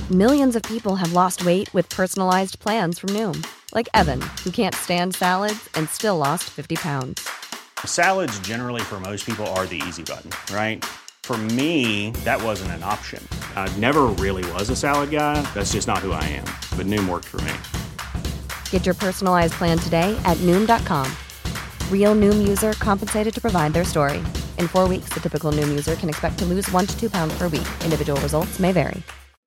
Millions of people have lost weight with personalized plans from Noom. Like Evan, who can't stand salads and still lost 50 pounds. Salads generally for most people are the easy button, right? For me, that wasn't an option. I never really was a salad guy. That's just not who I am. But Noom worked for me. Get your personalized plan today at Noom.com. Real Noom user compensated to provide their story. In 4 weeks, the typical Noom user can expect to lose 1 to 2 pounds per week. Individual results may vary.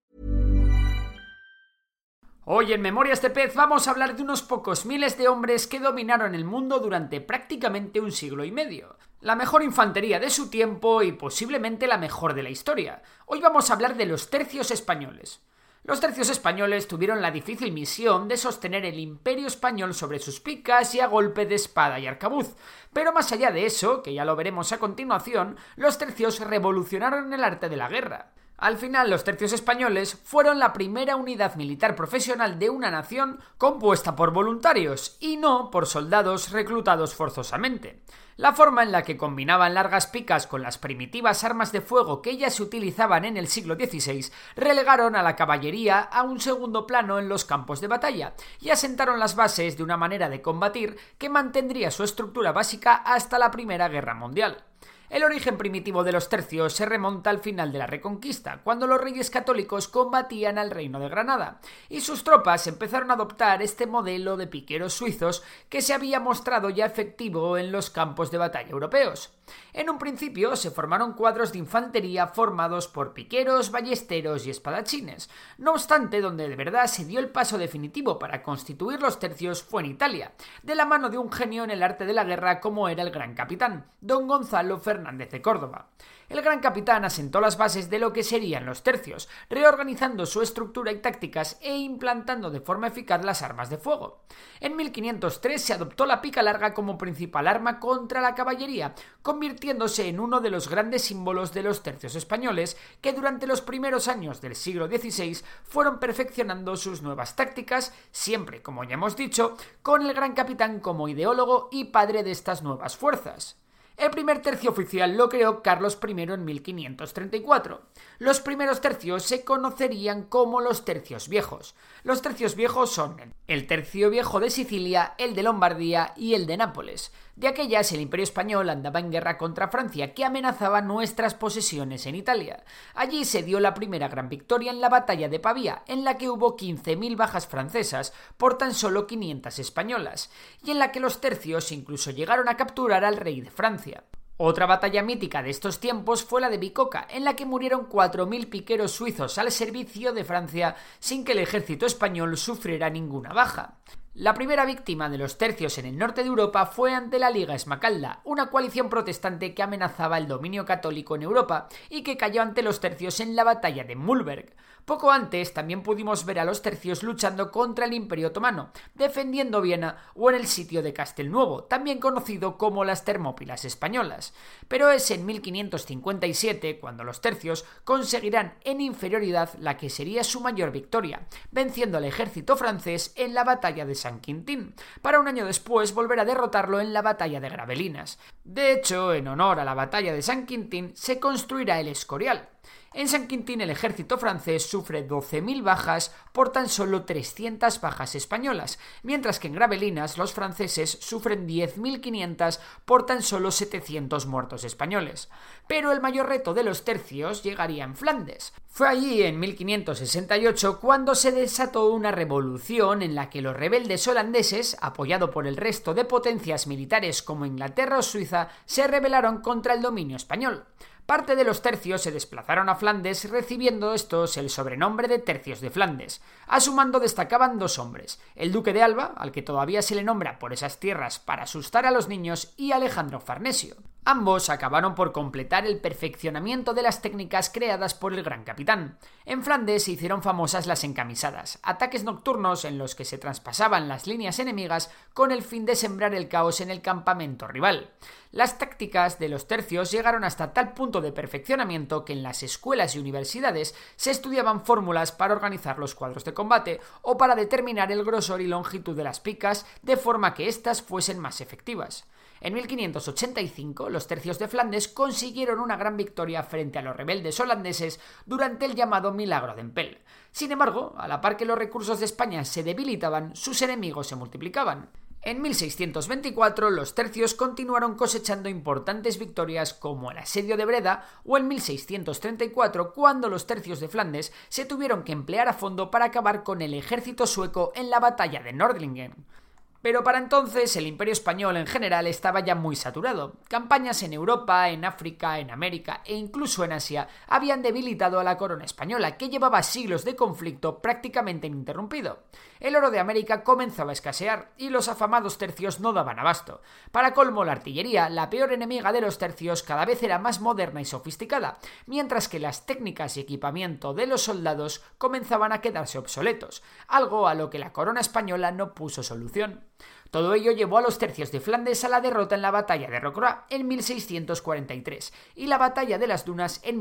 Hoy en Memorias de Pez vamos a hablar de unos pocos miles de hombres que dominaron el mundo durante prácticamente un siglo y medio. La mejor infantería de su tiempo y posiblemente la mejor de la historia. Hoy vamos a hablar de los tercios españoles. Los tercios españoles tuvieron la difícil misión de sostener el imperio español sobre sus picas y a golpe de espada y arcabuz. Pero más allá de eso, que ya lo veremos a continuación, los tercios revolucionaron el arte de la guerra. Al final, los tercios españoles fueron la primera unidad militar profesional de una nación compuesta por voluntarios y no por soldados reclutados forzosamente. La forma en la que combinaban largas picas con las primitivas armas de fuego que ya se utilizaban en el siglo XVI relegaron a la caballería a un segundo plano en los campos de batalla y asentaron las bases de una manera de combatir que mantendría su estructura básica hasta la Primera Guerra Mundial. El origen primitivo de los tercios se remonta al final de la Reconquista, cuando los reyes católicos combatían al Reino de Granada, y sus tropas empezaron a adoptar este modelo de piqueros suizos que se había mostrado ya efectivo en los campos de batalla europeos. En un principio se formaron cuadros de infantería formados por piqueros, ballesteros y espadachines. No obstante, donde de verdad se dio el paso definitivo para constituir los tercios fue en Italia, de la mano de un genio en el arte de la guerra como era el Gran Capitán, don Gonzalo Fernández de Córdoba. El Gran Capitán asentó las bases de lo que serían los tercios, reorganizando su estructura y tácticas e implantando de forma eficaz las armas de fuego. En 1503 se adoptó la pica larga como principal arma contra la caballería, convirtiéndose en uno de los grandes símbolos de los tercios españoles que durante los primeros años del siglo XVI fueron perfeccionando sus nuevas tácticas, siempre, como ya hemos dicho, con el Gran Capitán como ideólogo y padre de estas nuevas fuerzas. El primer tercio oficial lo creó Carlos I en 1534. Los primeros tercios se conocerían como los tercios viejos. Los tercios viejos son el tercio viejo de Sicilia, el de Lombardía y el de Nápoles. De aquellas, el Imperio Español andaba en guerra contra Francia, que amenazaba nuestras posesiones en Italia. Allí se dio la primera gran victoria en la batalla de Pavía, en la que hubo 15.000 bajas francesas por tan solo 500 españolas, y en la que los tercios incluso llegaron a capturar al rey de Francia. Otra batalla mítica de estos tiempos fue la de Bicoca, en la que murieron 4.000 piqueros suizos al servicio de Francia sin que el ejército español sufriera ninguna baja. La primera víctima de los tercios en el norte de Europa fue ante la Liga Esmacalda, una coalición protestante que amenazaba el dominio católico en Europa y que cayó ante los tercios en la batalla de Mühlberg. Poco antes también pudimos ver a los tercios luchando contra el Imperio Otomano, defendiendo Viena o en el sitio de Castelnuovo, también conocido como las Termópilas españolas. Pero es en 1557 cuando los tercios conseguirán en inferioridad la que sería su mayor victoria, venciendo al ejército francés en la batalla de San Quintín, para un año después volver a derrotarlo en la batalla de Gravelinas. De hecho, en honor a la batalla de San Quintín se construirá el Escorial. En San Quintín el ejército francés sufre 12.000 bajas por tan solo 300 bajas españolas, mientras que en Gravelinas los franceses sufren 10.500 por tan solo 700 muertos españoles. Pero el mayor reto de los tercios llegaría en Flandes. Fue allí, en 1568, cuando se desató una revolución en la que los rebeldes holandeses, apoyado por el resto de potencias militares como Inglaterra o Suiza, se rebelaron contra el dominio español. Parte de los tercios se desplazaron a Flandes, recibiendo estos el sobrenombre de tercios de Flandes. A su mando destacaban dos hombres, el duque de Alba, al que todavía se le nombra por esas tierras para asustar a los niños, y Alejandro Farnesio. Ambos acabaron por completar el perfeccionamiento de las técnicas creadas por el Gran Capitán. En Flandes se hicieron famosas las encamisadas, ataques nocturnos en los que se traspasaban las líneas enemigas con el fin de sembrar el caos en el campamento rival. Las tácticas de los tercios llegaron hasta tal punto de perfeccionamiento que en las escuelas y universidades se estudiaban fórmulas para organizar los cuadros de combate o para determinar el grosor y longitud de las picas de forma que éstas fuesen más efectivas. En 1585, los tercios de Flandes consiguieron una gran victoria frente a los rebeldes holandeses durante el llamado Milagro de Empel. Sin embargo, a la par que los recursos de España se debilitaban, sus enemigos se multiplicaban. En 1624, los tercios continuaron cosechando importantes victorias como el asedio de Breda o en 1634, cuando los tercios de Flandes se tuvieron que emplear a fondo para acabar con el ejército sueco en la batalla de Nördlingen. Pero para entonces el Imperio Español en general estaba ya muy saturado. Campañas en Europa, en África, en América e incluso en Asia habían debilitado a la corona española, que llevaba siglos de conflicto prácticamente ininterrumpido. El oro de América comenzaba a escasear y los afamados tercios no daban abasto. Para colmo, la artillería, la peor enemiga de los tercios, cada vez era más moderna y sofisticada, mientras que las técnicas y equipamiento de los soldados comenzaban a quedarse obsoletos, algo a lo que la corona española no puso solución. Todo ello llevó a los tercios de Flandes a la derrota en la batalla de Rocroi en 1643 y la batalla de las Dunas en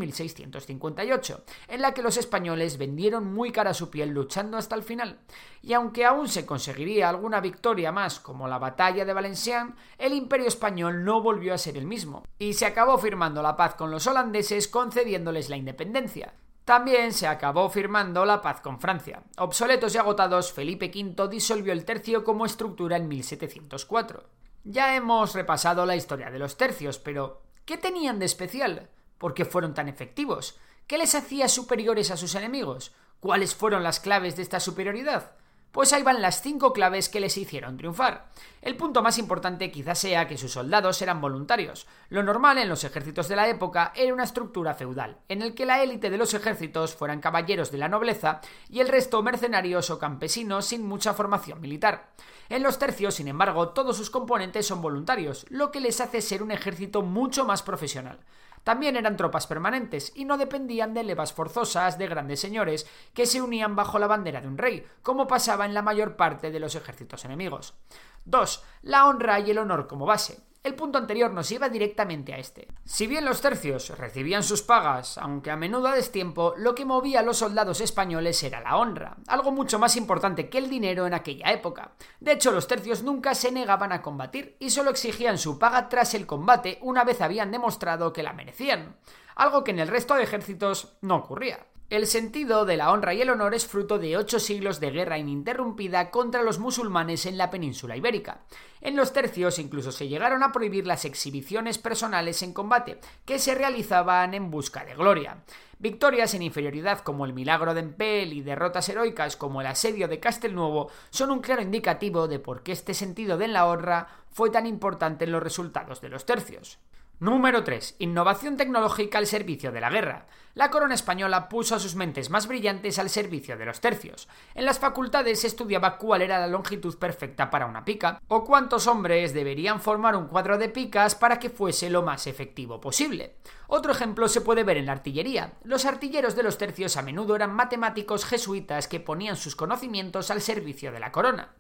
1658, en la que los españoles vendieron muy cara su piel luchando hasta el final. Y aunque aún se conseguiría alguna victoria más, como la batalla de Valenciennes, el Imperio Español no volvió a ser el mismo, y se acabó firmando la paz con los holandeses, concediéndoles la independencia. También se acabó firmando la paz con Francia. Obsoletos y agotados, Felipe V disolvió el tercio como estructura en 1704. Ya hemos repasado la historia de los tercios, pero ¿qué tenían de especial? ¿Por qué fueron tan efectivos? ¿Qué les hacía superiores a sus enemigos? ¿Cuáles fueron las claves de esta superioridad? Pues ahí van las 5 claves que les hicieron triunfar. El punto más importante quizás sea que sus soldados eran voluntarios. Lo normal en los ejércitos de la época era una estructura feudal, en el que la élite de los ejércitos fueran caballeros de la nobleza y el resto mercenarios o campesinos sin mucha formación militar. En los tercios, sin embargo, todos sus componentes son voluntarios, lo que les hace ser un ejército mucho más profesional. También eran tropas permanentes y no dependían de levas forzosas de grandes señores que se unían bajo la bandera de un rey, como pasaba en la mayor parte de los ejércitos enemigos. 2. La honra y el honor como base. El punto anterior nos lleva directamente a este. Si bien los tercios recibían sus pagas, aunque a menudo a destiempo, lo que movía a los soldados españoles era la honra, algo mucho más importante que el dinero en aquella época. De hecho, los tercios nunca se negaban a combatir y solo exigían su paga tras el combate una vez habían demostrado que la merecían, algo que en el resto de ejércitos no ocurría. El sentido de la honra y el honor es fruto de 8 siglos de guerra ininterrumpida contra los musulmanes en la península ibérica. En los tercios incluso se llegaron a prohibir las exhibiciones personales en combate, que se realizaban en busca de gloria. Victorias en inferioridad como el Milagro de Empel y derrotas heroicas como el asedio de Castelnuovo son un claro indicativo de por qué este sentido de la honra fue tan importante en los resultados de los tercios. Número 3. Innovación tecnológica al servicio de la guerra. La corona española puso a sus mentes más brillantes al servicio de los tercios. En las facultades se estudiaba cuál era la longitud perfecta para una pica, o cuántos hombres deberían formar un cuadro de picas para que fuese lo más efectivo posible. Otro ejemplo se puede ver en la artillería. Los artilleros de los tercios a menudo eran matemáticos jesuitas que ponían sus conocimientos al servicio de la corona.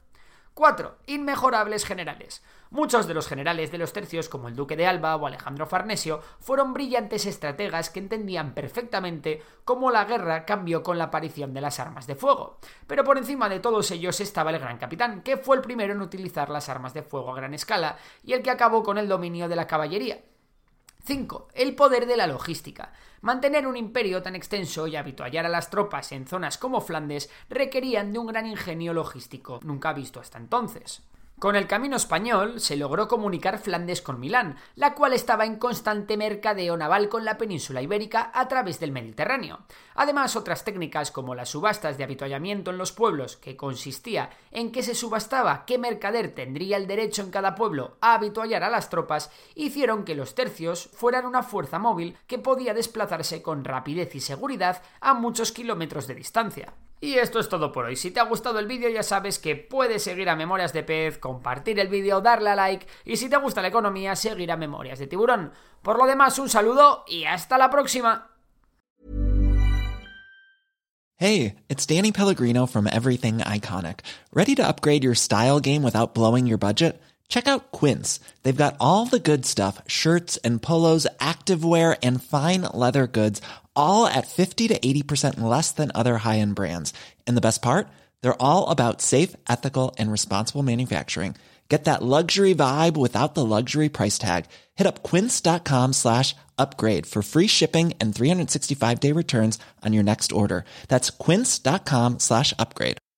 4. Inmejorables generales. Muchos de los generales de los tercios, como el duque de Alba o Alejandro Farnesio, fueron brillantes estrategas que entendían perfectamente cómo la guerra cambió con la aparición de las armas de fuego. Pero por encima de todos ellos estaba el gran capitán, que fue el primero en utilizar las armas de fuego a gran escala y el que acabó con el dominio de la caballería. 5. El poder de la logística. Mantener un imperio tan extenso y avituallar a las tropas en zonas como Flandes requerían de un gran ingenio logístico nunca visto hasta entonces. Con el camino español se logró comunicar Flandes con Milán, la cual estaba en constante mercadeo naval con la península ibérica a través del Mediterráneo. Además, otras técnicas como las subastas de avituallamiento en los pueblos, que consistía en que se subastaba qué mercader tendría el derecho en cada pueblo a avituallar a las tropas, hicieron que los tercios fueran una fuerza móvil que podía desplazarse con rapidez y seguridad a muchos kilómetros de distancia. Y esto es todo por hoy. Si te ha gustado el vídeo ya sabes que puedes seguir a Memorias de Pez, compartir el vídeo, darle a like y si te gusta la economía seguir a Memorias de Tiburón. Por lo demás, un saludo y hasta la próxima. Hey, it's Danny Pellegrino from Everything Iconic. ¿Ready to upgrade your style game without blowing your budget? Check out Quince. They've got all the good stuff, shirts and polos, activewear and fine leather goods, all at 50 to 80% less than other high-end brands. And the best part? They're all about safe, ethical, and responsible manufacturing. Get that luxury vibe without the luxury price tag. Hit up quince.com/upgrade for free shipping and 365-day returns on your next order. That's quince.com/upgrade.